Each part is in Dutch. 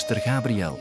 zuster Gabriel.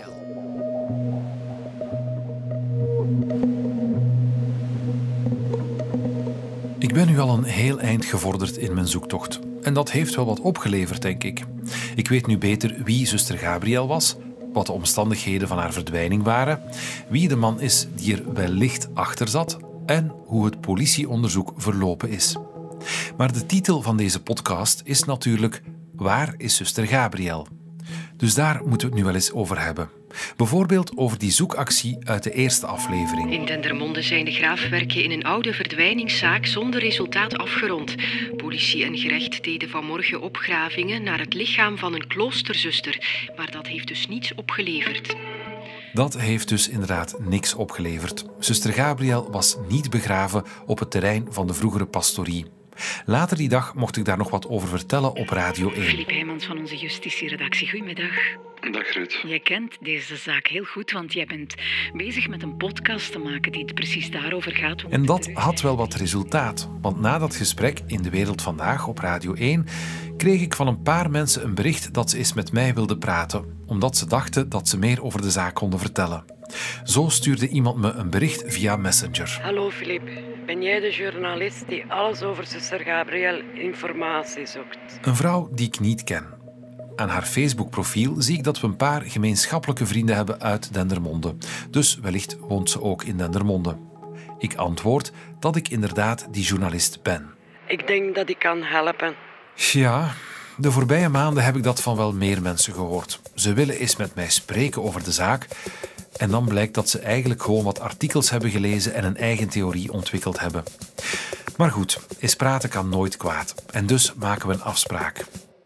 Ik ben nu al een heel eind gevorderd in mijn zoektocht. En dat heeft wel wat opgeleverd, denk ik. Ik weet nu beter wie zuster Gabriel was, wat de omstandigheden van haar verdwijning waren, wie de man is die er wellicht achter zat en hoe het politieonderzoek verlopen is. Maar de titel van deze podcast is natuurlijk Waar is zuster Gabriel? Dus daar moeten we het nu wel eens over hebben. Bijvoorbeeld over die zoekactie uit de eerste aflevering. In Dendermonde zijn de graafwerken in een oude verdwijningszaak zonder resultaat afgerond. Politie en gerecht deden vanmorgen opgravingen naar het lichaam van een kloosterzuster, maar dat heeft dus niets opgeleverd. Dat heeft dus inderdaad niks opgeleverd. Zuster Gabriel was niet begraven op het terrein van de vroegere pastorie. Later die dag mocht ik daar nog wat over vertellen op Radio 1. Filip Heijmans van onze justitieredactie, goedemiddag. Dag Ruud. Jij kent deze zaak heel goed, want jij bent bezig met een podcast te maken die precies daarover gaat. En dat had wel wat resultaat, want na dat gesprek in De Wereld Vandaag op Radio 1 kreeg ik van een paar mensen een bericht dat ze eens met mij wilden praten, omdat ze dachten dat ze meer over de zaak konden vertellen. Zo stuurde iemand me een bericht via Messenger. Hallo Filip, ben jij de journalist die alles over zuster Gabriel informatie zoekt? Een vrouw die ik niet ken. Aan haar Facebook-profiel zie ik dat we een paar gemeenschappelijke vrienden hebben uit Dendermonde. Dus wellicht woont ze ook in Dendermonde. Ik antwoord dat ik inderdaad die journalist ben. Ik denk dat ik kan helpen. Ja, de voorbije maanden heb ik dat van wel meer mensen gehoord. Ze willen eens met mij spreken over de zaak. En dan blijkt dat ze eigenlijk gewoon wat artikels hebben gelezen en een eigen theorie ontwikkeld hebben. Maar goed, eens praten kan nooit kwaad. En dus maken we een afspraak.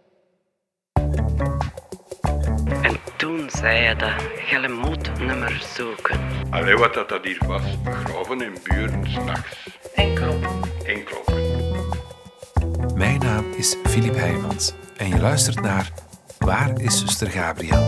En toen zei je dat je moet nummer zoeken. Allee, wat dat hier was. Begraven in buren 's nachts. En kloppen. En kloppen. Mijn naam is Filip Heijmans. En je luistert naar Waar is zuster Gabriel?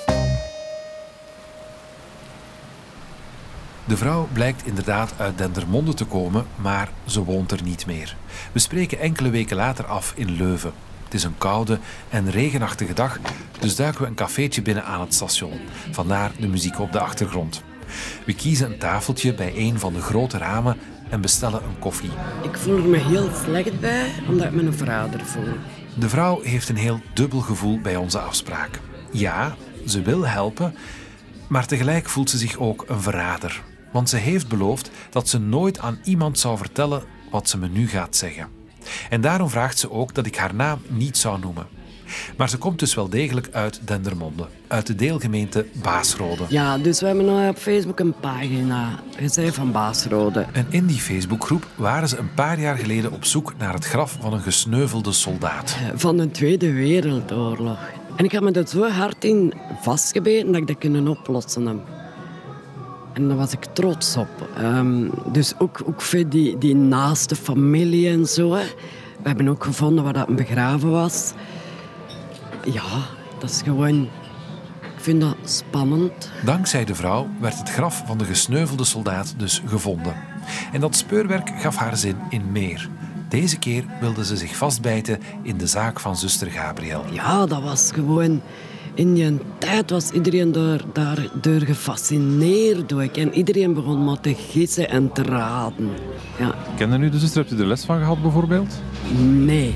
De vrouw blijkt inderdaad uit Dendermonde te komen, maar ze woont er niet meer. We spreken enkele weken later af in Leuven. Het is een koude en regenachtige dag, dus duiken we een cafeetje binnen aan het station. Vandaar de muziek op de achtergrond. We kiezen een tafeltje bij een van de grote ramen en bestellen een koffie. Ik voel er me heel slecht bij, omdat ik me een verrader voel. De vrouw heeft een heel dubbel gevoel bij onze afspraak. Ja, ze wil helpen, maar tegelijk voelt ze zich ook een verrader. Want ze heeft beloofd dat ze nooit aan iemand zou vertellen wat ze me nu gaat zeggen. En daarom vraagt ze ook dat ik haar naam niet zou noemen. Maar ze komt dus wel degelijk uit Dendermonde, uit de deelgemeente Baasrode. Ja, dus we hebben nu op Facebook een pagina gezegd van Baasrode. En in die Facebookgroep waren ze een paar jaar geleden op zoek naar het graf van een gesneuvelde soldaat. Van de Tweede Wereldoorlog. En ik heb me er zo hard in vastgebeten dat ik dat kunnen oplossen heb. En daar was ik trots op. Dus ook voor die naaste familie en zo. Hè. We hebben ook gevonden waar dat begraven was. Ja, dat is gewoon... Ik vind dat spannend. Dankzij de vrouw werd het graf van de gesneuvelde soldaat dus gevonden. En dat speurwerk gaf haar zin in meer. Deze keer wilde ze zich vastbijten in de zaak van zuster Gabriel. Ja, dat was gewoon... In die tijd was iedereen daardoor gefascineerd door. En iedereen begon maar te gissen en te raden. Ja. Kende u de zuster? Hebt u er les van gehad bijvoorbeeld? Nee.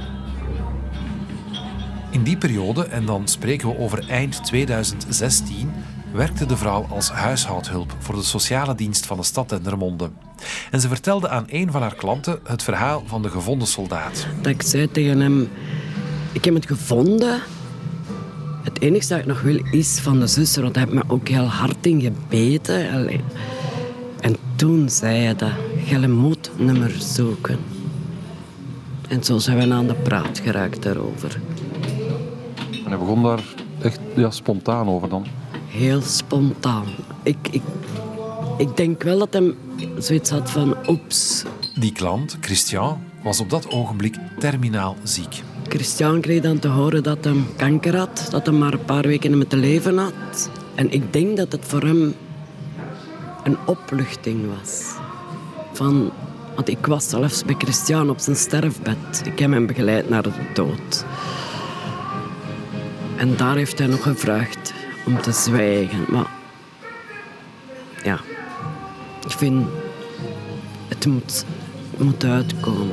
In die periode, en dan spreken we over eind 2016, werkte de vrouw als huishoudhulp voor de sociale dienst van de stad Dendermonde. En ze vertelde aan een van haar klanten het verhaal van de gevonden soldaat. Dat ik zei tegen hem... Ik heb het gevonden... Het enige dat ik nog wil is van de zuster, want hij heeft me ook heel hard in gebeten. Allee. En toen zei hij dat, je moet nummer zoeken. En zo zijn we aan de praat geraakt daarover. En hij begon daar echt spontaan over dan? Heel spontaan. Ik denk wel dat hij zoiets had van, oeps. Die klant, Christian, was op dat ogenblik terminaal ziek. Christian kreeg dan te horen dat hij kanker had, dat hij maar een paar weken met te leven had. En ik denk dat het voor hem een opluchting was. Want ik was zelfs bij Christian op zijn sterfbed. Ik heb hem begeleid naar de dood. En daar heeft hij nog gevraagd om te zwijgen. Maar ja, ik vind, het moet uitkomen.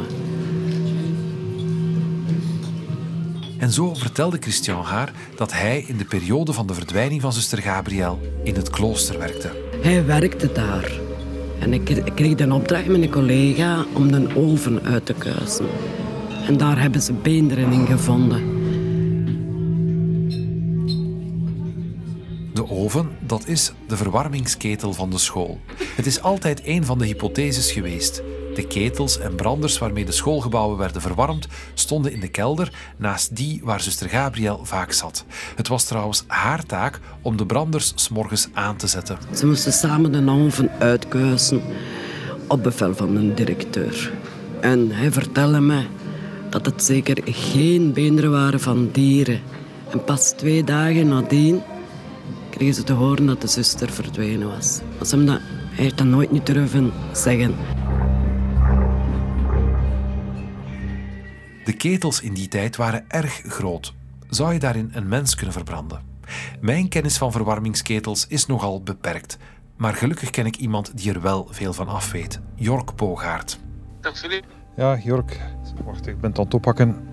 En zo vertelde Christian haar dat hij in de periode van de verdwijning van zuster Gabriel in het klooster werkte. Hij werkte daar. En ik kreeg de opdracht met een collega om de oven uit te kuisen. En daar hebben ze beenderen in gevonden. De oven, dat is de verwarmingsketel van de school. Het is altijd een van de hypotheses geweest. De ketels en branders waarmee de schoolgebouwen werden verwarmd, stonden in de kelder naast die waar zuster Gabriel vaak zat. Het was trouwens haar taak om de branders 's morgens aan te zetten. Ze moesten samen de oven uitkuisen op bevel van de directeur. En hij vertelde me dat het zeker geen beenderen waren van dieren. En pas 2 dagen nadien kregen ze te horen dat de zuster verdwenen was. Hij heeft dat nooit niet durven zeggen. De ketels in die tijd waren erg groot. Zou je daarin een mens kunnen verbranden? Mijn kennis van verwarmingsketels is nogal beperkt. Maar gelukkig ken ik iemand die er wel veel van af weet. Jork Poogaert. Dag Filip. Ja, Jork. Wacht, ik ben het aan het oppakken.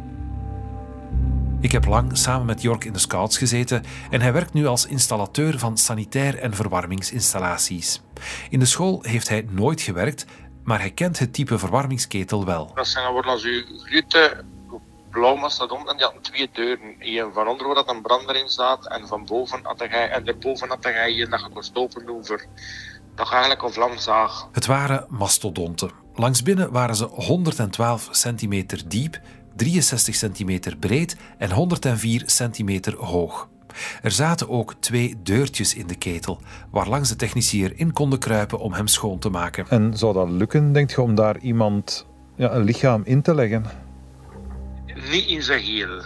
Ik heb lang samen met Jork in de scouts gezeten en hij werkt nu als installateur van sanitair- en verwarmingsinstallaties. In de school heeft hij nooit gewerkt, maar hij kent het type verwarmingsketel wel. Dat zijn dan als je grote blauw mastodon en die had 2 deuren. Eén van onder waar dat een brander in staat en van boven had je dat je kon open doen voor dat je eigenlijk een vlam zag. Het waren mastodonten. Langs binnen waren ze 112 centimeter diep, 63 centimeter breed en 104 centimeter hoog. Er zaten ook 2 deurtjes in de ketel, waarlangs de technici erin konden kruipen om hem schoon te maken. En zou dat lukken, denk je, om daar iemand een lichaam in te leggen? Niet in zijn geheel.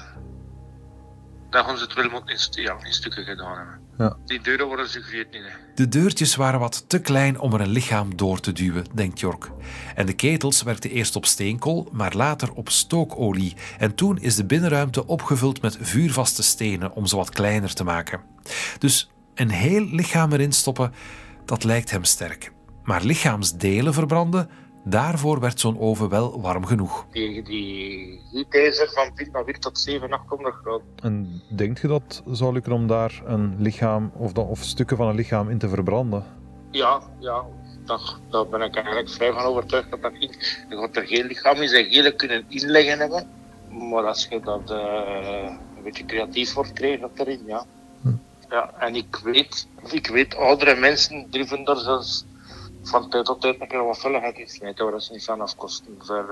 Dan gaan ze het wel moeten in stukken gedaan hebben. Ja. Die deuren worden ze groeit niet. Hè. De deurtjes waren wat te klein om er een lichaam door te duwen, denkt Jork. En de ketels werkten eerst op steenkool, maar later op stookolie. En toen is de binnenruimte opgevuld met vuurvaste stenen om ze wat kleiner te maken. Dus een heel lichaam erin stoppen, dat lijkt hem sterk. Maar lichaamsdelen verbranden, daarvoor werd zo'n oven wel warm genoeg. Die gietijzer van 4 tot 7, 800 graden. En denk je dat zou lukken om daar een lichaam of stukken van een lichaam in te verbranden? Ja, daar ben ik eigenlijk vrij van overtuigd dat dat niet. Je gaat er geen lichaam in zijn gehele kunnen inleggen hebben. Maar als je dat een beetje creatief wordt, krijg je dat erin, ja. Ja, en ik weet, oudere mensen durven daar zelfs van tijd tot tijd een keer wat vulligheid in snijden, waar ze niet van afkosten voor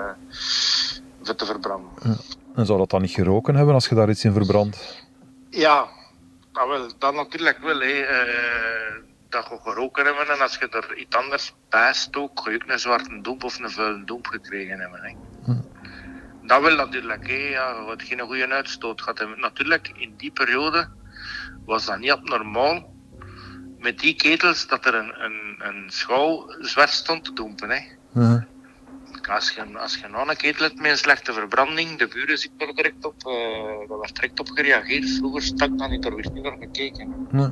te verbranden. Ja. En zou dat dan niet geroken hebben als je daar iets in verbrandt? Ja, dat natuurlijk wel. Dat je geroken hebben en als je er iets anders bij stook, ga je ook een zwarte doop of een vuile doop gekregen hebben. Hè. Dat wil natuurlijk. Je gaat geen goede uitstoot gehad hebben. Natuurlijk, in die periode was dat niet abnormaal met die ketels dat er een schouw zwart stond te dompen. Hè. Als je nou een ketel hebt met een slechte verbranding, de buren zitten er direct op, daar werd direct op gereageerd. Vroeger stak dat niet, er werd niet naar gekeken. Ja.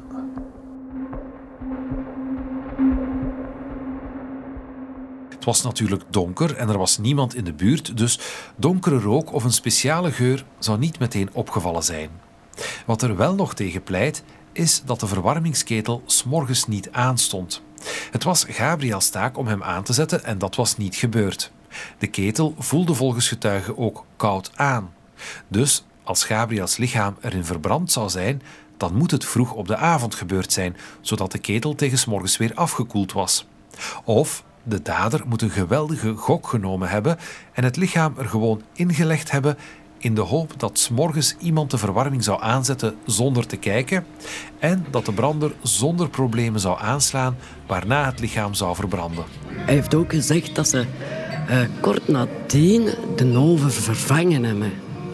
Het was natuurlijk donker en er was niemand in de buurt, dus donkere rook of een speciale geur zou niet meteen opgevallen zijn. Wat er wel nog tegen pleit, is dat de verwarmingsketel 's morgens niet aanstond. Het was Gabriels taak om hem aan te zetten en dat was niet gebeurd. De ketel voelde volgens getuigen ook koud aan. Dus als Gabriels lichaam erin verbrand zou zijn, dan moet het vroeg op de avond gebeurd zijn, zodat de ketel tegen 's morgens weer afgekoeld was. Of de dader moet een geweldige gok genomen hebben en het lichaam er gewoon ingelegd hebben in de hoop dat 's morgens iemand de verwarming zou aanzetten zonder te kijken en dat de brander zonder problemen zou aanslaan waarna het lichaam zou verbranden. Hij heeft ook gezegd dat ze kort nadien de oven vervangen hebben.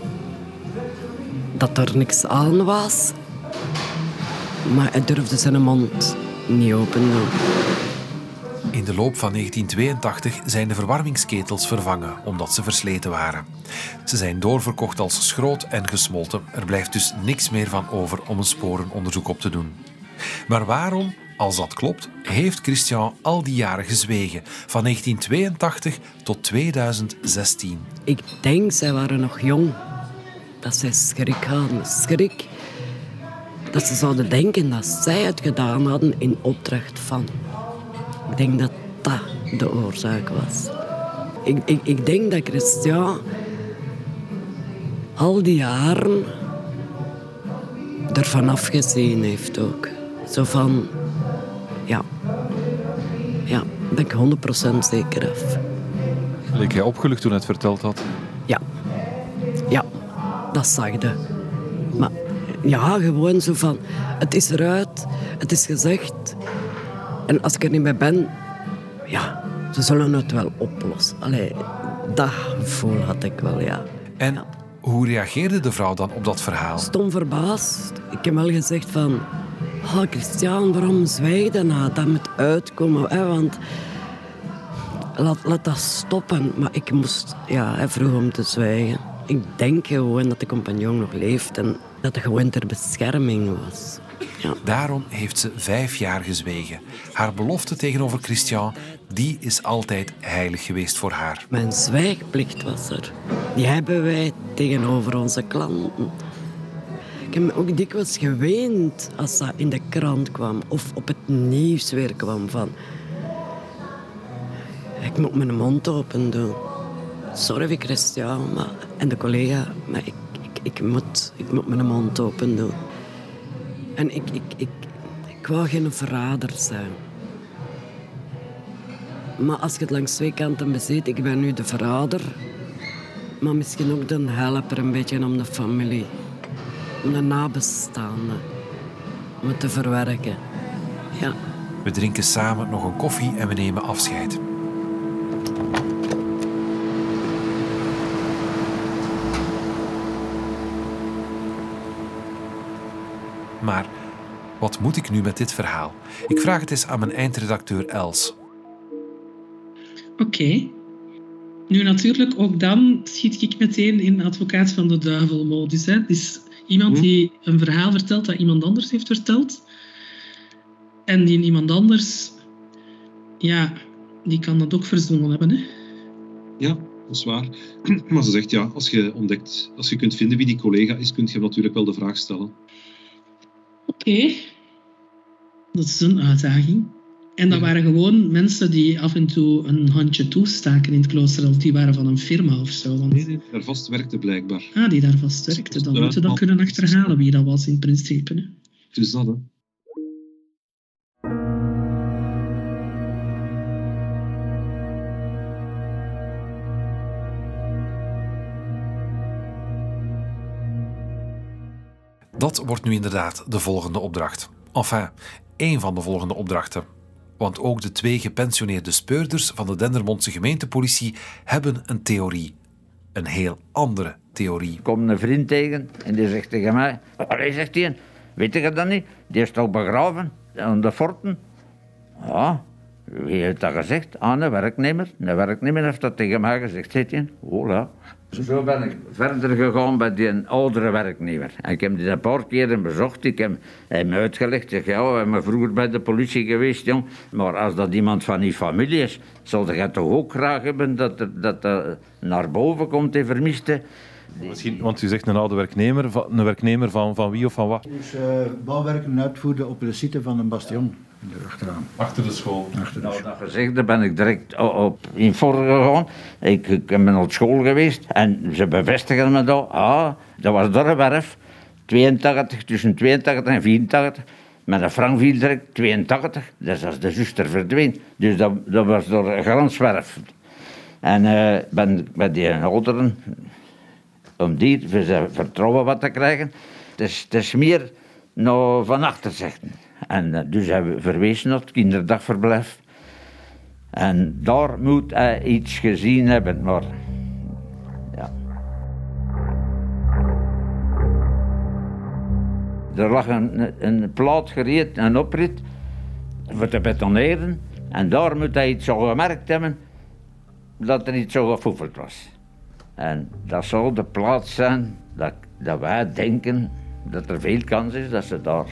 Dat er niks aan was, maar hij durfde zijn mond niet open doen. In de loop van 1982 zijn de verwarmingsketels vervangen omdat ze versleten waren. Ze zijn doorverkocht als schroot en gesmolten. Er blijft dus niks meer van over om een sporenonderzoek op te doen. Maar waarom, als dat klopt, heeft Christian al die jaren gezwegen, van 1982 tot 2016? Ik denk, zij waren nog jong. Dat zij schrik hadden. Schrik dat ze zouden denken dat zij het gedaan hadden in opdracht van. Ik denk dat dat de oorzaak was. Ik denk dat Christian al die jaren ervan afgezien heeft ook. Zo van, ja, daar ben ik 100% zeker af. Leek jij opgelucht toen hij het verteld had? Ja, dat zag je. Maar ja, gewoon zo van, het is eruit, het is gezegd. En als ik er niet mee ben, ja, ze zullen het wel oplossen. Allee, dat gevoel had ik wel, ja. En hoe reageerde de vrouw dan op dat verhaal? Stom verbaasd. Ik heb wel gezegd van, Christian, waarom zwijg je nou? Dat moet uitkomen, hè, want laat dat stoppen. Maar ik moest, hij vroeg om te zwijgen. Ik denk gewoon dat de compagnon nog leeft en dat het gewoon ter bescherming was. Ja. Daarom heeft ze 5 jaar gezwegen. Haar belofte tegenover Christian, die is altijd heilig geweest voor haar. Mijn zwijgplicht was er. Die hebben wij tegenover onze klanten. Ik heb ook dikwijls geweend als dat in de krant kwam of op het nieuws weer kwam van... Ik moet mijn mond open doen. Sorry, Christian, en de collega, maar ik moet mijn mond open doen. En ik wou geen verrader zijn. Maar als je het langs 2 kanten beziet, ik ben nu de verrader, maar misschien ook de helper een beetje om de familie, om de nabestaanden, om het te verwerken. Ja. We drinken samen nog een koffie en we nemen afscheid. Maar wat moet ik nu met dit verhaal? Ik vraag het eens aan mijn eindredacteur Els. Oké. Nu natuurlijk, ook dan schiet ik meteen in advocaat van de duivel-modus. Het is iemand die een verhaal vertelt dat iemand anders heeft verteld. En die iemand anders, die kan dat ook verzonnen hebben. Hè? Ja, dat is waar. Maar ze zegt, als je kunt vinden wie die collega is, kun je hem natuurlijk wel de vraag stellen. Oké. Dat is een uitdaging. En dat waren gewoon mensen die af en toe een handje toestaken in het klooster. Of die waren van een firma of zo. Want... Nee, daar vast werkte blijkbaar. Die daar vast werkte. Dan moeten we dat kunnen achterhalen wie dat was in principe. Hè. Dus dat, hè. Dat wordt nu inderdaad de volgende opdracht. Enfin, 1 van de volgende opdrachten. Want ook de 2 gepensioneerde speurders van de Dendermondse gemeentepolitie hebben een theorie. Een heel andere theorie. Ik kom een vriend tegen en die zegt tegen mij... Allee, zegt hij, weet je dat niet? Die is toch begraven aan de forten? Ja, wie heeft dat gezegd? Een werknemer. Een werknemer heeft dat tegen mij gezegd, zegt hij. Voilà. Zo ben ik verder gegaan bij die oudere werknemer. En ik heb die een paar keer bezocht. Ik heb hem uitgelegd. Ik zeg, we zijn vroeger bij de politie geweest, jong. Maar als dat iemand van die familie is, zou je toch ook graag hebben dat naar boven komt, die vermiste. Misschien, want u zegt een oude werknemer. Een werknemer van wie of van wat? Dus bouwwerken uitvoerde op de site van een bastion. Achteraan. Achter de school. Nou, dat gezegd, daar ben ik direct op in gegaan. Ik ben naar school geweest en ze bevestigen me dat. Dat was door een werf. 82, tussen 82 en 84. Met een frank viel direct 82. Dus als de zuster verdween. Dus dat was door een glanswerf. En ben bij die ouderen, om die vertrouwen wat te krijgen. Het is meer nou van achter zeggen. En dus hebben we verwezen naar het kinderdagverblijf. En daar moet hij iets gezien hebben, maar... Ja. Er lag een plaat gereed, een oprit, voor te betoneren. En daar moet hij iets zo gemerkt hebben dat er iets zo gefoefeld was. En dat zou de plaats zijn dat wij denken dat er veel kans is dat ze daar...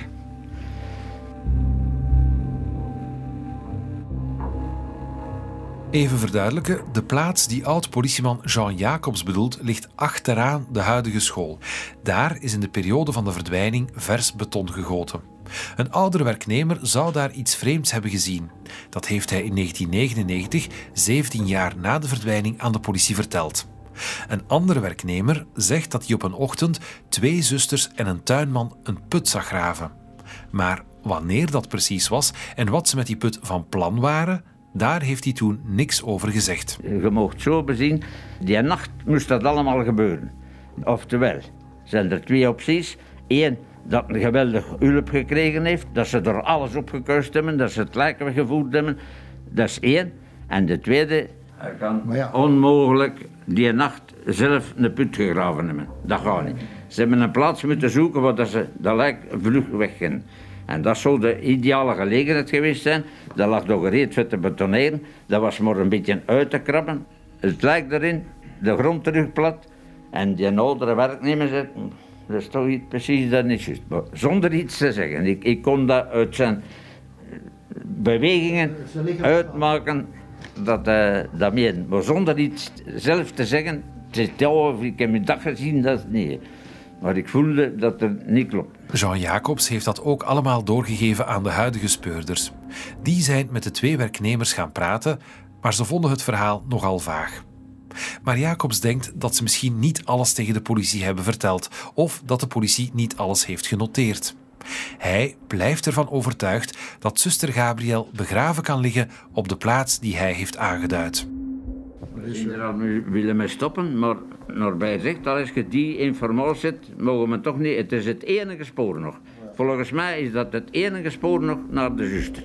Even verduidelijken, de plaats die oud-politieman Jean Jacobs bedoelt ligt achteraan de huidige school. Daar is in de periode van de verdwijning vers beton gegoten. Een oudere werknemer zou daar iets vreemds hebben gezien. Dat heeft hij in 1999, 17 jaar na de verdwijning, aan de politie verteld. Een andere werknemer zegt dat hij op een ochtend 2 zusters en een tuinman een put zag graven. Maar wanneer dat precies was en wat ze met die put van plan waren, daar heeft hij toen niks over gezegd. Je mocht zo bezien, die nacht moest dat allemaal gebeuren. Oftewel, zijn er 2 opties. 1, dat een geweldig hulp gekregen heeft, dat ze er alles op gekuist hebben, dat ze het lijk weggevoerd hebben. Dat is 1. En de tweede, hij kan onmogelijk die nacht zelf een put gegraven hebben. Dat gaat niet. Ze hebben een plaats moeten zoeken waar ze dat lijk vlug weggingen. En dat zou de ideale gelegenheid geweest zijn. Dat lag nog gereed voor te betoneren. Dat was maar een beetje uit te krabben. Het lijk erin, de grond terug plat. En die oudere werknemer zei, dat is toch iets precies dat niet juist. Maar zonder iets te zeggen. Ik kon dat uit zijn bewegingen uitmaken dat meen. Maar zonder iets zelf te zeggen, ik heb mijn dag gezien, dat is niet. Maar ik voelde dat er niet klopt. Jean Jacobs heeft dat ook allemaal doorgegeven aan de huidige speurders. Die zijn met de 2 werknemers gaan praten, maar ze vonden het verhaal nogal vaag. Maar Jacobs denkt dat ze misschien niet alles tegen de politie hebben verteld of dat de politie niet alles heeft genoteerd. Hij blijft ervan overtuigd dat zuster Gabriel begraven kan liggen op de plaats die hij heeft aangeduid. Iedereen willen mij stoppen, maar bij zegt dat als je die informatie hebt, mogen we toch niet. Het is het enige spoor nog. Volgens mij is dat het enige spoor nog naar de zuster.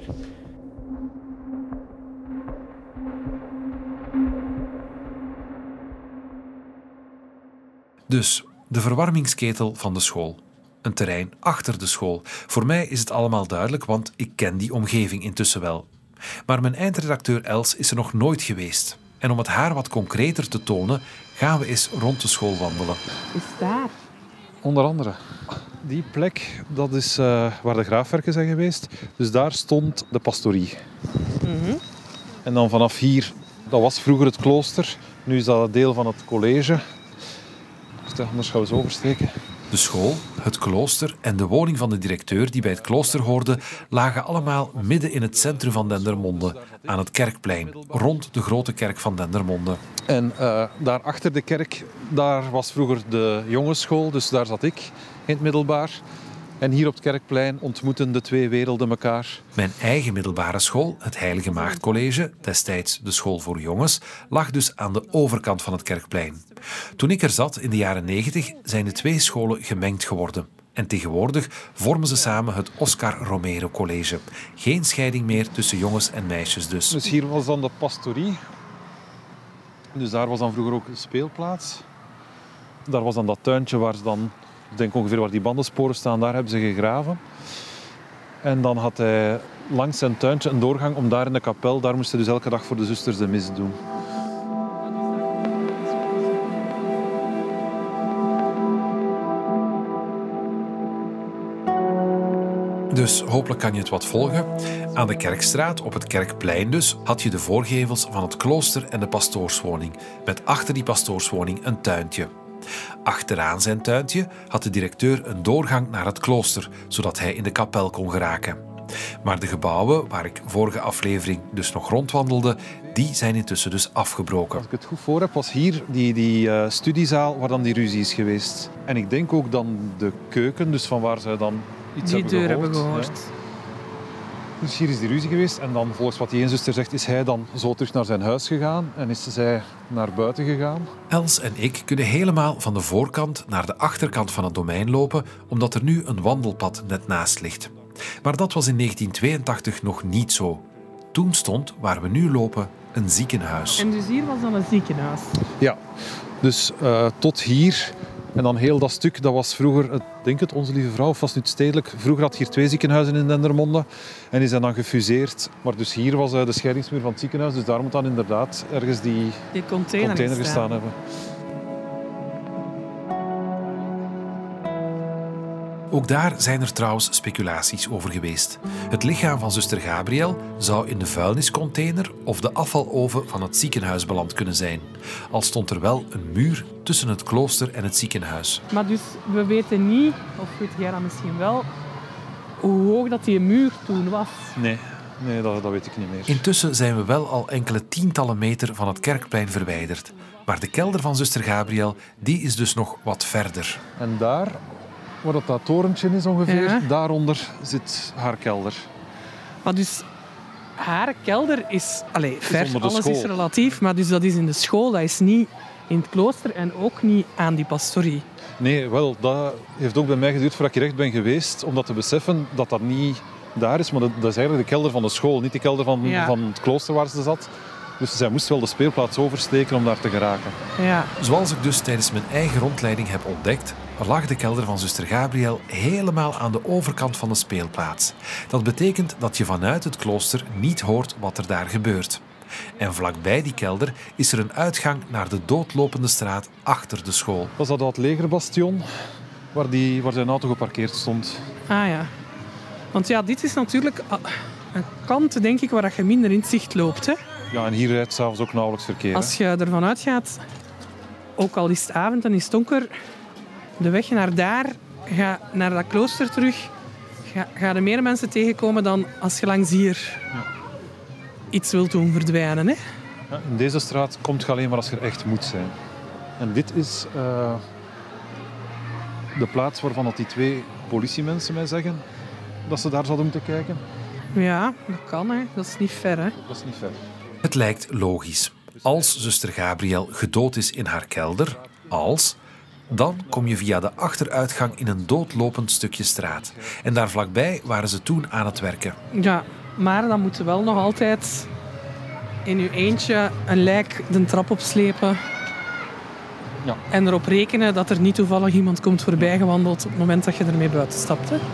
Dus de verwarmingsketel van de school. Een terrein achter de school. Voor mij is het allemaal duidelijk, want ik ken die omgeving intussen wel. Maar mijn eindredacteur Els is er nog nooit geweest. En om het haar wat concreter te tonen, gaan we eens rond de school wandelen. Is daar? Onder andere. Die plek, dat is waar de graafwerken zijn geweest. Dus daar stond de pastorie. Mm-hmm. En dan vanaf hier, dat was vroeger het klooster. Nu is dat een deel van het college. Dus anders gaan we zo oversteken. De school, het klooster en de woning van de directeur die bij het klooster hoorde, lagen allemaal midden in het centrum van Dendermonde, aan het Kerkplein, rond de grote kerk van Dendermonde. En daar achter de kerk, daar was vroeger de jongensschool, dus daar zat ik in het middelbaar. En hier op het Kerkplein ontmoeten de 2 werelden elkaar. Mijn eigen middelbare school, het Heilige Maagd College, destijds de school voor jongens, lag dus aan de overkant van het Kerkplein. Toen ik er zat in de jaren 90 zijn de 2 scholen gemengd geworden. En tegenwoordig vormen ze samen het Oscar Romero College. Geen scheiding meer tussen jongens en meisjes dus. Dus hier was dan de pastorie. Dus daar was dan vroeger ook een speelplaats. Daar was dan dat tuintje waar ze dan... Ik denk ongeveer waar die bandensporen staan, daar hebben ze gegraven. En dan had hij langs zijn tuintje een doorgang om daar in de kapel, daar moesten dus elke dag voor de zusters de mis doen. Dus hopelijk kan je het wat volgen. Aan de Kerkstraat, op het Kerkplein dus, had je de voorgevels van het klooster en de pastoorswoning. Met achter die pastoorswoning een tuintje. Achteraan zijn tuintje had de directeur een doorgang naar het klooster, zodat hij in de kapel kon geraken. Maar de gebouwen, waar ik vorige aflevering dus nog rondwandelde, die zijn intussen dus afgebroken. Als ik het goed voor heb, was hier die studiezaal waar dan die ruzie is geweest. En ik denk ook dan de keuken, dus van waar ze dan iets die hebben deur gehoord. hebben gehoord. Ja. Dus hier is die ruzie geweest en dan volgens wat die ene zuster zegt, is hij dan zo terug naar zijn huis gegaan en is zij naar buiten gegaan. Els en ik kunnen helemaal van de voorkant naar de achterkant van het domein lopen, omdat er nu een wandelpad net naast ligt. Maar dat was in 1982 nog niet zo. Toen stond, waar we nu lopen, een ziekenhuis. En dus hier was dan een ziekenhuis? Ja, dus tot hier En dan heel dat stuk, dat was vroeger, ik denk het Onze Lieve Vrouw, of was nu het Stedelijk. Vroeger had je hier 2 ziekenhuizen in Dendermonde en die zijn dan gefuseerd. Maar dus hier was de scheidingsmuur van het ziekenhuis, dus daar moet dan inderdaad ergens die container gestaan hebben. Ook daar zijn er trouwens speculaties over geweest. Het lichaam van zuster Gabriel zou in de vuilniscontainer of de afvaloven van het ziekenhuis beland kunnen zijn. Al stond er wel een muur tussen het klooster en het ziekenhuis. Maar dus we weten niet, of weet jij dat misschien wel, hoe hoog dat die muur toen was. Nee, dat weet ik niet meer. Intussen zijn we wel al enkele tientallen meter van het kerkplein verwijderd. Maar de kelder van zuster Gabriel, die is dus nog wat verder. En daar, waar dat torentje is ongeveer, daaronder zit haar kelder. Maar dus haar kelder is... ver, onder de alles school. is relatief, maar dus dat is in de school, dat is niet in het klooster en ook niet aan die pastorie. Nee, wel, dat heeft ook bij mij geduurd voordat ik recht ben geweest, om dat te beseffen dat dat niet daar is, maar dat is eigenlijk de kelder van de school, niet de kelder van het klooster waar ze zat. Dus zij moest wel de speelplaats oversteken om daar te geraken. Ja. Zoals ik dus tijdens mijn eigen rondleiding heb ontdekt, lag de kelder van zuster Gabriel helemaal aan de overkant van de speelplaats. Dat betekent dat je vanuit het klooster niet hoort wat er daar gebeurt. En vlakbij die kelder is er een uitgang naar de doodlopende straat achter de school. Dat is dat legerbastion waar zijn auto geparkeerd stond. Ah ja. Want ja, dit is natuurlijk een kant, denk ik, waar je minder in het zicht loopt. Hè? Ja, en hier rijdt s'avonds ook nauwelijks verkeer. Als je ervan uitgaat, ook al is het avond en is het donker, de weg naar daar, naar dat klooster terug, ga er meer mensen tegenkomen dan als je langs hier iets wilt doen verdwijnen. Hè? Ja, in deze straat komt je alleen maar als je er echt moet zijn. En dit is de plaats waarvan dat die 2 politiemensen mij zeggen dat ze daar zouden moeten kijken. Ja, dat kan. Hè. Dat is niet ver. Hè. Dat is niet ver. Het lijkt logisch. Als zuster Gabriel gedood is in haar kelder, dan kom je via de achteruitgang in een doodlopend stukje straat. En daar vlakbij waren ze toen aan het werken. Ja, maar dan moet je wel nog altijd in je eentje een lijk de trap opslepen. Ja. En erop rekenen dat er niet toevallig iemand komt voorbijgewandeld op het moment dat je ermee buiten stapt. Hè.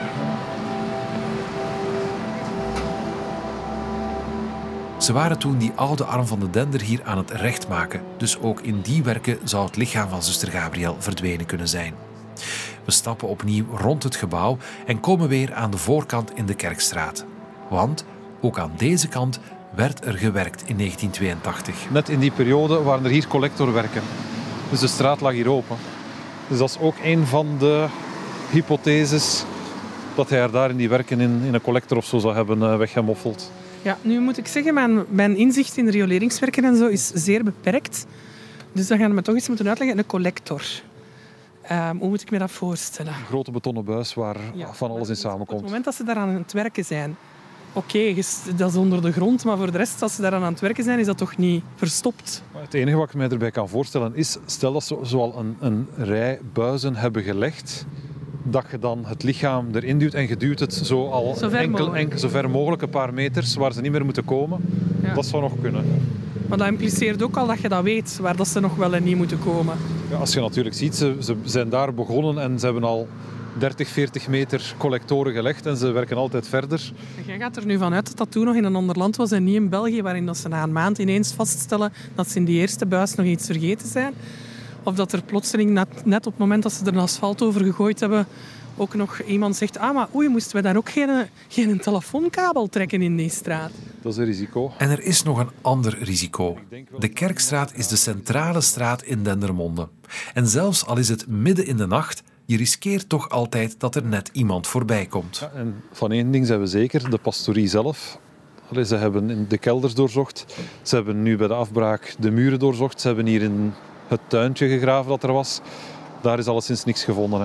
Ze waren toen die oude arm van de Dender hier aan het rechtmaken. Dus ook in die werken zou het lichaam van zuster Gabriel verdwenen kunnen zijn. We stappen opnieuw rond het gebouw en komen weer aan de voorkant in de Kerkstraat. Want ook aan deze kant werd er gewerkt in 1982. Net in die periode waren er hier collectorwerken. Dus de straat lag hier open. Dus dat is ook een van de hypotheses dat hij er daar in die werken in een collector of zo zou hebben weggemoffeld. Ja, nu moet ik zeggen, mijn inzicht in rioleringswerken en zo is zeer beperkt. Dus dan gaan we toch eens moeten uitleggen. Een collector. Hoe moet ik me dat voorstellen? Een grote betonnen buis waar van alles in samenkomt. Op het moment dat ze daar aan het werken zijn, oké, dat is onder de grond, maar voor de rest, als ze daar aan het werken zijn, is dat toch niet verstopt? Het enige wat ik mij erbij kan voorstellen is, stel dat ze zoal een rij buizen hebben gelegd, dat je dan het lichaam erin duwt en je duwt het zo al zo ver mogelijk, een paar meters, waar ze niet meer moeten komen. Ja. Dat zou nog kunnen. Maar dat impliceert ook al dat je dat weet, waar dat ze nog wel en niet moeten komen. Ja, als je natuurlijk ziet, ze zijn daar begonnen en ze hebben al 30, 40 meter collectoren gelegd en ze werken altijd verder. En jij gaat er nu vanuit dat dat toen nog in een ander land was en niet in België, waarin dat ze na een maand ineens vaststellen dat ze in die eerste buis nog iets vergeten zijn. Of dat er plotseling net op het moment dat ze er een asfalt over gegooid hebben, ook nog iemand zegt, maar moesten we daar ook geen telefoonkabel trekken in die straat? Dat is een risico. En er is nog een ander risico. De Kerkstraat is de centrale straat in Dendermonde. En zelfs al is het midden in de nacht, je riskeert toch altijd dat er net iemand voorbij komt. Ja, en van één ding zijn we zeker, de pastorie zelf. Ze hebben de kelders doorzocht. Ze hebben nu bij de afbraak de muren doorzocht. Ze hebben hier in het tuintje gegraven dat er was. Daar is alleszins niks gevonden. Hè.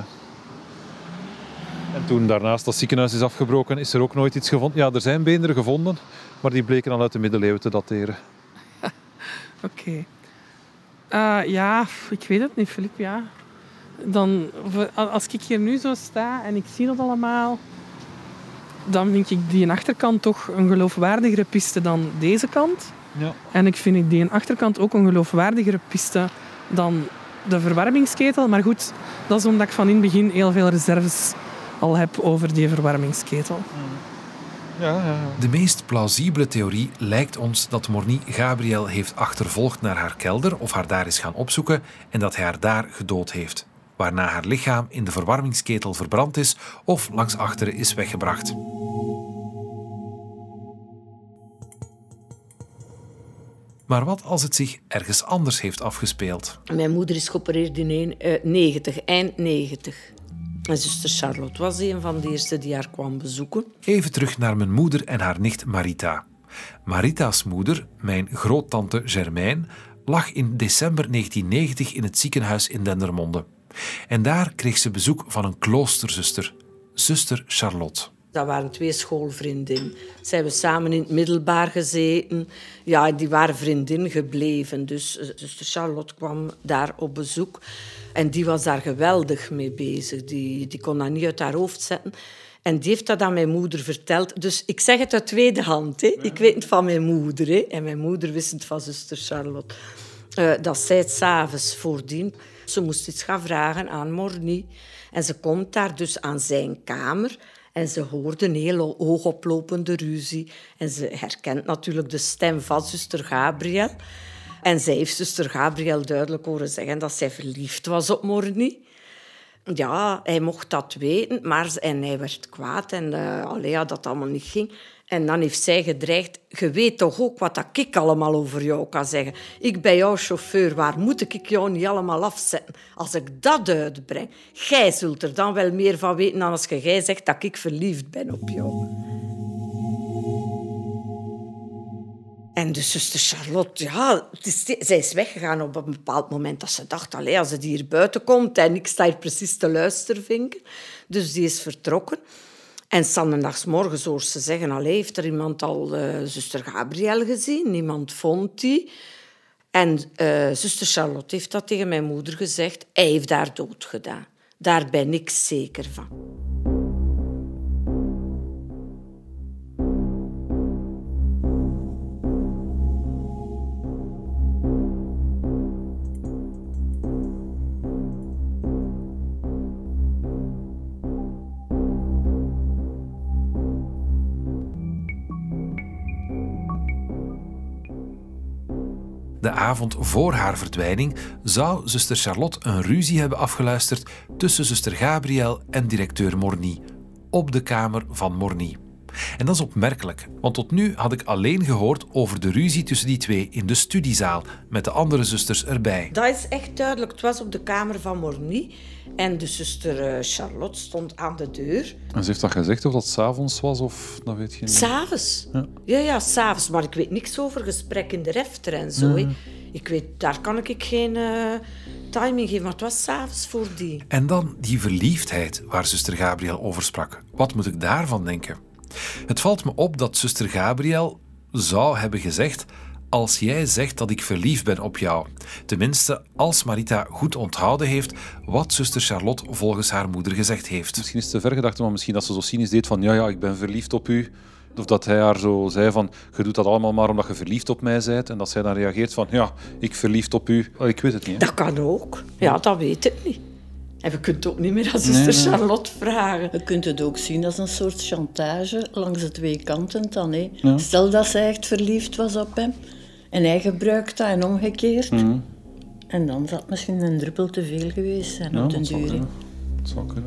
En toen daarnaast dat ziekenhuis is afgebroken, is er ook nooit iets gevonden. Ja, er zijn beenderen gevonden, maar die bleken al uit de middeleeuwen te dateren. Oké. Ja, ik weet het niet, Filip. Ja. Dan, als ik hier nu zo sta en ik zie dat allemaal, dan vind ik die achterkant toch een geloofwaardigere piste dan deze kant. Ja. En ik vind die achterkant ook een geloofwaardigere piste dan de verwarmingsketel. Maar goed, dat is omdat ik van in het begin heel veel reserves al heb over die verwarmingsketel. Ja. De meest plausibele theorie lijkt ons dat Morny Gabriel heeft achtervolgd naar haar kelder of haar daar is gaan opzoeken en dat hij haar daar gedood heeft, waarna haar lichaam in de verwarmingsketel verbrand is of langs achteren is weggebracht. Maar wat als het zich ergens anders heeft afgespeeld? Mijn moeder is geopereerd in 90, eind 90. Mijn zuster Charlotte was een van de eerste die haar kwam bezoeken. Even terug naar mijn moeder en haar nicht Marita. Marita's moeder, mijn groottante Germaine, lag in december 1990 in het ziekenhuis in Dendermonde. En daar kreeg ze bezoek van een kloosterzuster, zuster Charlotte. Dat waren 2 schoolvriendinnen. Ze hebben samen in het middelbaar gezeten. Ja, die waren vriendin gebleven. Dus zuster Charlotte kwam daar op bezoek. En die was daar geweldig mee bezig. Die kon dat niet uit haar hoofd zetten. En die heeft dat aan mijn moeder verteld. Dus ik zeg het uit tweede hand. Hè. Ik weet het van mijn moeder. Hè. En mijn moeder wist het van zuster Charlotte. Dat zij het 's avonds voordien. Ze moest iets gaan vragen aan Morny. En ze komt daar dus aan zijn kamer. En ze hoorde een heel hoogoplopende ruzie. En ze herkent natuurlijk de stem van zuster Gabriel. En zij heeft zuster Gabriel duidelijk horen zeggen dat zij verliefd was op Morny. Ja, hij mocht dat weten, en hij werd kwaad en dat allemaal niet ging. En dan heeft zij gedreigd, je weet toch ook wat ik allemaal over jou kan zeggen. Ik ben jouw chauffeur, waar moet ik jou niet allemaal afzetten? Als ik dat uitbreng, jij zult er dan wel meer van weten dan als jij zegt dat ik verliefd ben op jou. En de zuster Charlotte, zij is weggegaan op een bepaald moment dat ze dacht, als het hier buiten komt en ik sta hier precies te luistervinken. Dus die is vertrokken. En 's morgens hoort ze zeggen, heeft er iemand al zuster Gabriel gezien? Niemand vond die. En zuster Charlotte heeft dat tegen mijn moeder gezegd. Hij heeft haar dood gedaan. Daar ben ik zeker van. De avond voor haar verdwijning zou zuster Charlotte een ruzie hebben afgeluisterd tussen zuster Gabriel en directeur Morny, op de kamer van Morny. En dat is opmerkelijk, want tot nu had ik alleen gehoord over de ruzie tussen die twee in de studiezaal, met de andere zusters erbij. Dat is echt duidelijk. Het was op de kamer van Morny en de zuster Charlotte stond aan de deur. En ze heeft dat gezegd of dat 's avonds was, of dat weet je niet? 's Avonds? Ja, 's avonds. Maar ik weet niks over gesprek in de refter en zo. Ja. Ik weet, daar kan ik geen timing geven, maar het was 's avonds voordien. En dan die verliefdheid waar zuster Gabriel over sprak. Wat moet ik daarvan denken? Het valt me op dat zuster Gabriel zou hebben gezegd: als jij zegt dat ik verliefd ben op jou. Tenminste, als Marita goed onthouden heeft wat zuster Charlotte volgens haar moeder gezegd heeft. Misschien is het te ver gedacht, maar misschien dat ze zo cynisch deed van ja, ik ben verliefd op u. Of dat hij haar zo zei van, je doet dat allemaal maar omdat je verliefd op mij bent. En dat zij dan reageert van, ja, ik verliefd op u. Ik weet het niet. Hè? Dat kan ook. Ja, dat weet ik niet. En we kunnen het ook niet meer aan zuster Charlotte vragen. Je kunt het ook zien als een soort chantage langs de twee kanten dan. Hè. Ja. Stel dat zij echt verliefd was op hem en hij gebruikt dat en omgekeerd. En dan zou het misschien een druppel te veel geweest zijn op den duur. Dat zou kunnen.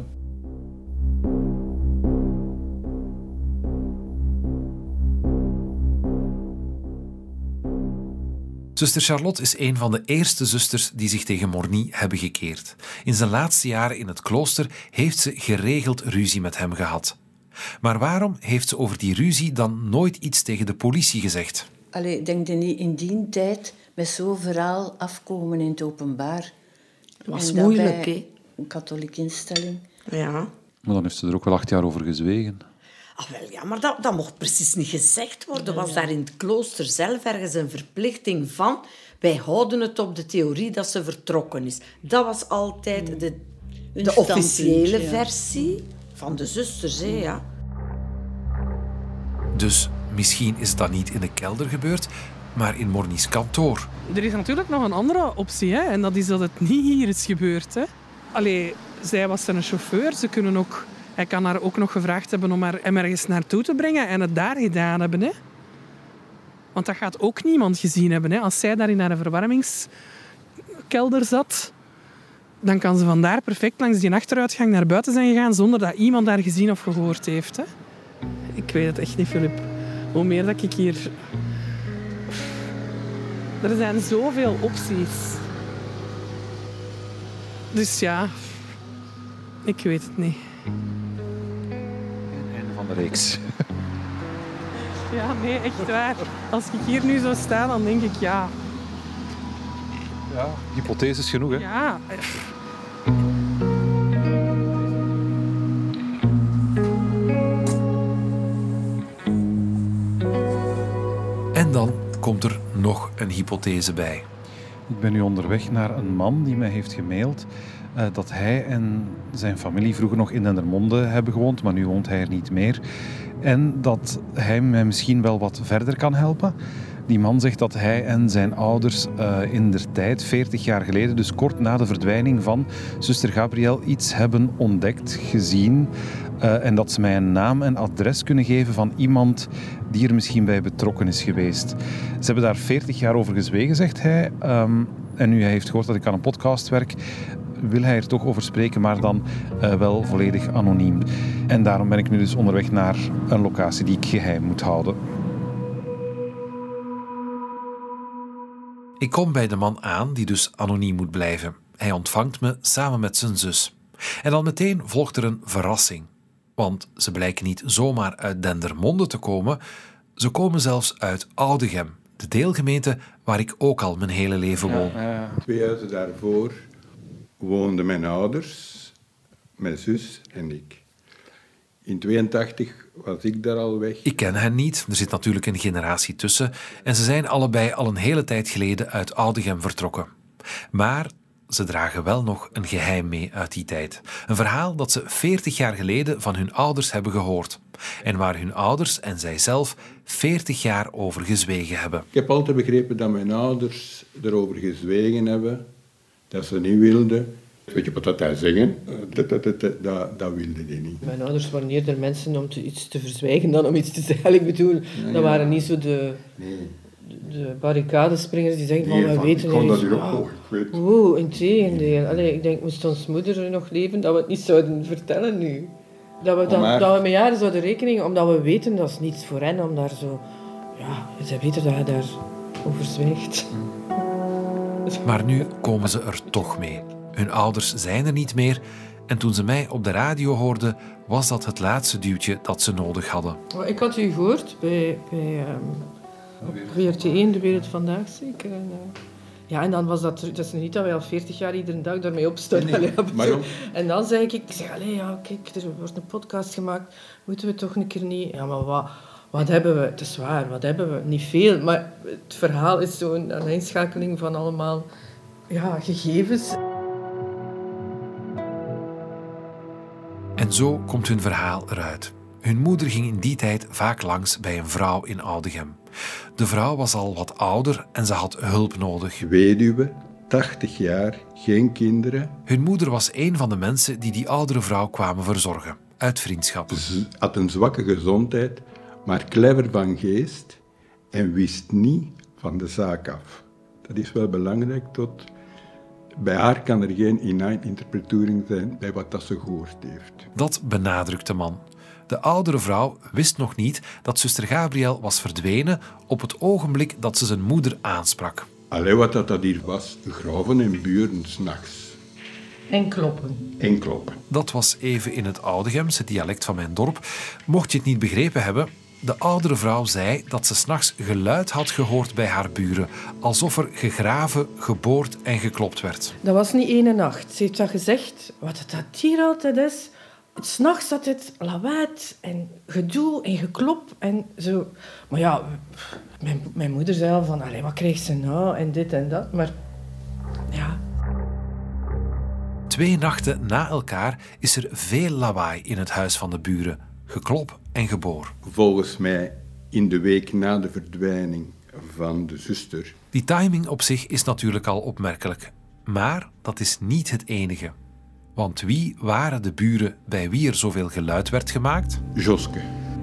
Zuster Charlotte is een van de eerste zusters die zich tegen Morny hebben gekeerd. In zijn laatste jaren in het klooster heeft ze geregeld ruzie met hem gehad. Maar waarom heeft ze over die ruzie dan nooit iets tegen de politie gezegd? Allee, denk je niet in die tijd met zo'n verhaal afkomen in het openbaar? Dat was moeilijk, hè? Een katholieke instelling. Ja. Maar dan heeft ze er ook wel 8 jaar over gezwegen. Wel, ja, maar dat mocht precies niet gezegd worden. Was daar in het klooster zelf ergens een verplichting van? Wij houden het op de theorie dat ze vertrokken is. Dat was altijd de officiële versie van de zusters, hè, ja. Dus misschien is dat niet in de kelder gebeurd, maar in Mornies kantoor. Er is natuurlijk nog een andere optie, hè? En dat is dat het niet hier is gebeurd. Hè? Allee, zij was een chauffeur. Hij kan haar ook nog gevraagd hebben om hem ergens naartoe te brengen en het daar gedaan hebben. Hè? Want dat gaat ook niemand gezien hebben. Hè? Als zij daar in haar verwarmingskelder zat, dan kan ze vandaar perfect langs die achteruitgang naar buiten zijn gegaan zonder dat iemand daar gezien of gehoord heeft. Hè? Ik weet het echt niet, Filip. Hoe meer dat ik hier... Er zijn zoveel opties. Dus ja, ik weet het niet. Einde van de reeks. Ja, nee, echt waar. Als ik hier nu zou staan, dan denk ik ja. Ja, hypotheses genoeg, hè? Ja. En dan komt er nog een hypothese bij. Ik ben nu onderweg naar een man die mij heeft gemaild dat hij en zijn familie vroeger nog in Dendermonde hebben gewoond, maar nu woont hij er niet meer. En dat hij mij misschien wel wat verder kan helpen. Die man zegt dat hij en zijn ouders indertijd, 40 jaar geleden, dus kort na de verdwijning van zuster Gabriel, iets hebben ontdekt, gezien. En dat ze mij een naam en adres kunnen geven van iemand die er misschien bij betrokken is geweest. Ze hebben daar 40 jaar over gezwegen, zegt hij. En nu hij heeft gehoord dat ik aan een podcast werk, wil hij er toch over spreken, maar dan wel volledig anoniem. En daarom ben ik nu dus onderweg naar een locatie die ik geheim moet houden. Ik kom bij de man aan die dus anoniem moet blijven. Hij ontvangt me samen met zijn zus. En dan meteen volgt er een verrassing. Want ze blijken niet zomaar uit Dendermonde te komen. Ze komen zelfs uit Oudegem, de deelgemeente waar ik ook al mijn hele leven woon. 2 huizen daarvoor woonden mijn ouders, mijn zus en ik. In 1982 was ik daar al weg. Ik ken hen niet, er zit natuurlijk een generatie tussen en ze zijn allebei al een hele tijd geleden uit Oudegem vertrokken. Maar ze dragen wel nog een geheim mee uit die tijd. Een verhaal dat ze 40 jaar geleden van hun ouders hebben gehoord. En waar hun ouders en zijzelf 40 jaar over gezwegen hebben. Ik heb altijd begrepen dat mijn ouders erover gezwegen hebben, dat ze niet wilden. Weet je wat hij zeggen? Dat wilde hij niet. Mijn ouders waren eerder mensen om iets te verzwijgen dan om iets te zeggen. Ik bedoel, dat waren niet zo de barricadespringers die zeggen van, wij weten niet. Ik weet. Oeh, integendeel. Allee, ik denk, moest ons moeder nog leven, dat we het niet zouden vertellen nu. Dat we met jaren zouden rekenen, omdat we weten dat is niets voor hen, om daar zo... Ja, het is beter dat je daar over zwijgt. Maar nu komen ze er toch mee. Hun ouders zijn er niet meer en toen ze mij op de radio hoorden, was dat het laatste duwtje dat ze nodig hadden. Ik had u gehoord bij VRT1, De Wereld Vandaag zeker. En dan was dat is niet dat wij al 40 jaar iedere dag daarmee opstaan. Nee. En dan zei ik kijk, er wordt een podcast gemaakt, moeten we toch een keer niet... Ja, maar wat hebben we? Het is waar, wat hebben we? Niet veel, maar het verhaal is zo'n aaneenschakeling van allemaal gegevens. En zo komt hun verhaal eruit. Hun moeder ging in die tijd vaak langs bij een vrouw in Oudegem. De vrouw was al wat ouder en ze had hulp nodig. Weduwe, 80 jaar, geen kinderen. Hun moeder was een van de mensen die oudere vrouw kwamen verzorgen, uit vriendschap. Ze had een zwakke gezondheid, maar clever van geest en wist niet van de zaak af. Dat is wel belangrijk. Bij haar kan er geen interpretering zijn bij wat dat ze gehoord heeft. Dat benadrukt de man. De oudere vrouw wist nog niet dat zuster Gabriel was verdwenen op het ogenblik dat ze zijn moeder aansprak. Allee, wat dat hier was, graven en buren 's nachts. En kloppen. Dat was even in het Oudegemse dialect van mijn dorp. Mocht je het niet begrepen hebben, de oudere vrouw zei dat ze 's nachts geluid had gehoord bij haar buren, alsof er gegraven, geboord en geklopt werd. Dat was niet één nacht. Ze heeft dat gezegd, wat dat hier altijd is. 's Nachts zat het lawaai en gedoe en geklop en zo. Maar ja, mijn moeder zei al van, wat krijgt ze nou en dit en dat. Maar ja... 2 nachten na elkaar is er veel lawaai in het huis van de buren. Geklop en geboor. Volgens mij in de week na de verdwijning van de zuster. Die timing op zich is natuurlijk al opmerkelijk. Maar dat is niet het enige. Want wie waren de buren bij wie er zoveel geluid werd gemaakt? Joske.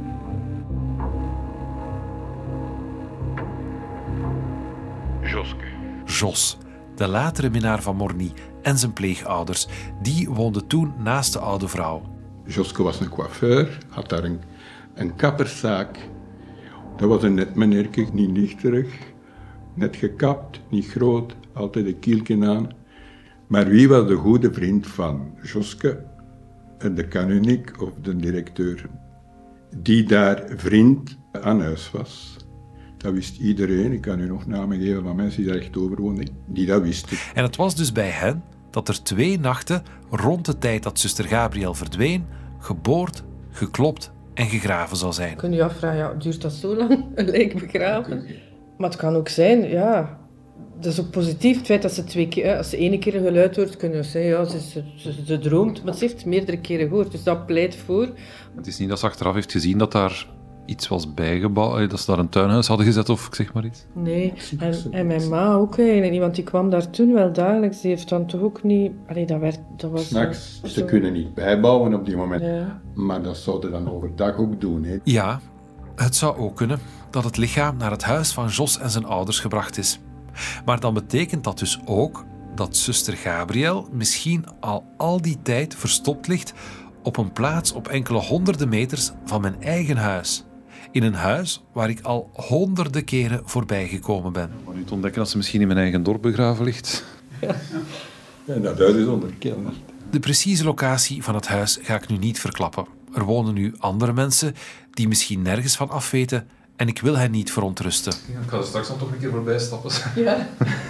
Jos, de latere minnaar van Morny en zijn pleegouders. Die woonde toen naast de oude vrouw. Joske was een coiffeur, had daar een kapperszaak. Dat was een net meneertje, niet lichterig, net gekapt, niet groot, altijd een kieltje aan. Maar wie was de goede vriend van Joske? De kanuniek of de directeur, die daar vriend aan huis was. Dat wist iedereen. Ik kan u nog namen geven van mensen die daar echt over woonden, die dat wisten. En het was dus bij hen dat er 2 nachten, rond de tijd dat zuster Gabriel verdween, geboord, geklopt en gegraven zou zijn. Kun je je afvragen, ja, duurt dat zo lang, een lijk begraven? Maar het kan ook zijn, ja... Dat is ook positief, het feit dat ze 2 keer... Als ze 1 keer een geluid hoort, kunnen ze zeggen, ja, ze droomt. Maar ze heeft meerdere keren gehoord, dus dat pleit voor. Het is niet dat ze achteraf heeft gezien dat daar iets was bijgebouwd, dat ze daar een tuinhuis hadden gezet of ik zeg maar iets. Nee, en mijn ma ook eigenlijk niet, want die kwam daar toen wel dagelijks. Die heeft dan toch ook niet... Allee, dat was... 's Nachts, ze kunnen niet bijbouwen op die moment. Ja. Maar dat zouden dan overdag ook doen. Hè. Ja, het zou ook kunnen dat het lichaam naar het huis van Jos en zijn ouders gebracht is. Maar dan betekent dat dus ook dat zuster Gabriel misschien al die tijd verstopt ligt op een plaats op enkele honderden meters van mijn eigen huis. In een huis waar ik al honderden keren voorbij gekomen ben. Maar nu te ontdekken dat ze misschien in mijn eigen dorp begraven ligt. Ja. En dat huis is onder kelder. De precieze locatie van het huis ga ik nu niet verklappen. Er wonen nu andere mensen die misschien nergens van afweten en ik wil hen niet verontrusten. Ja, ik ga er straks dan toch een keer voorbij stappen. Ja.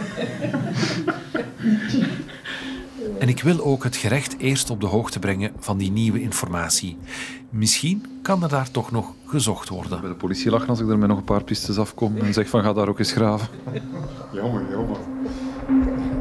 En ik wil ook het gerecht eerst op de hoogte brengen van die nieuwe informatie. Misschien kan er daar toch nog gezocht worden. Bij de politie lachen als ik er met nog een paar pistes afkom en zeg van ga daar ook eens graven. Jammer.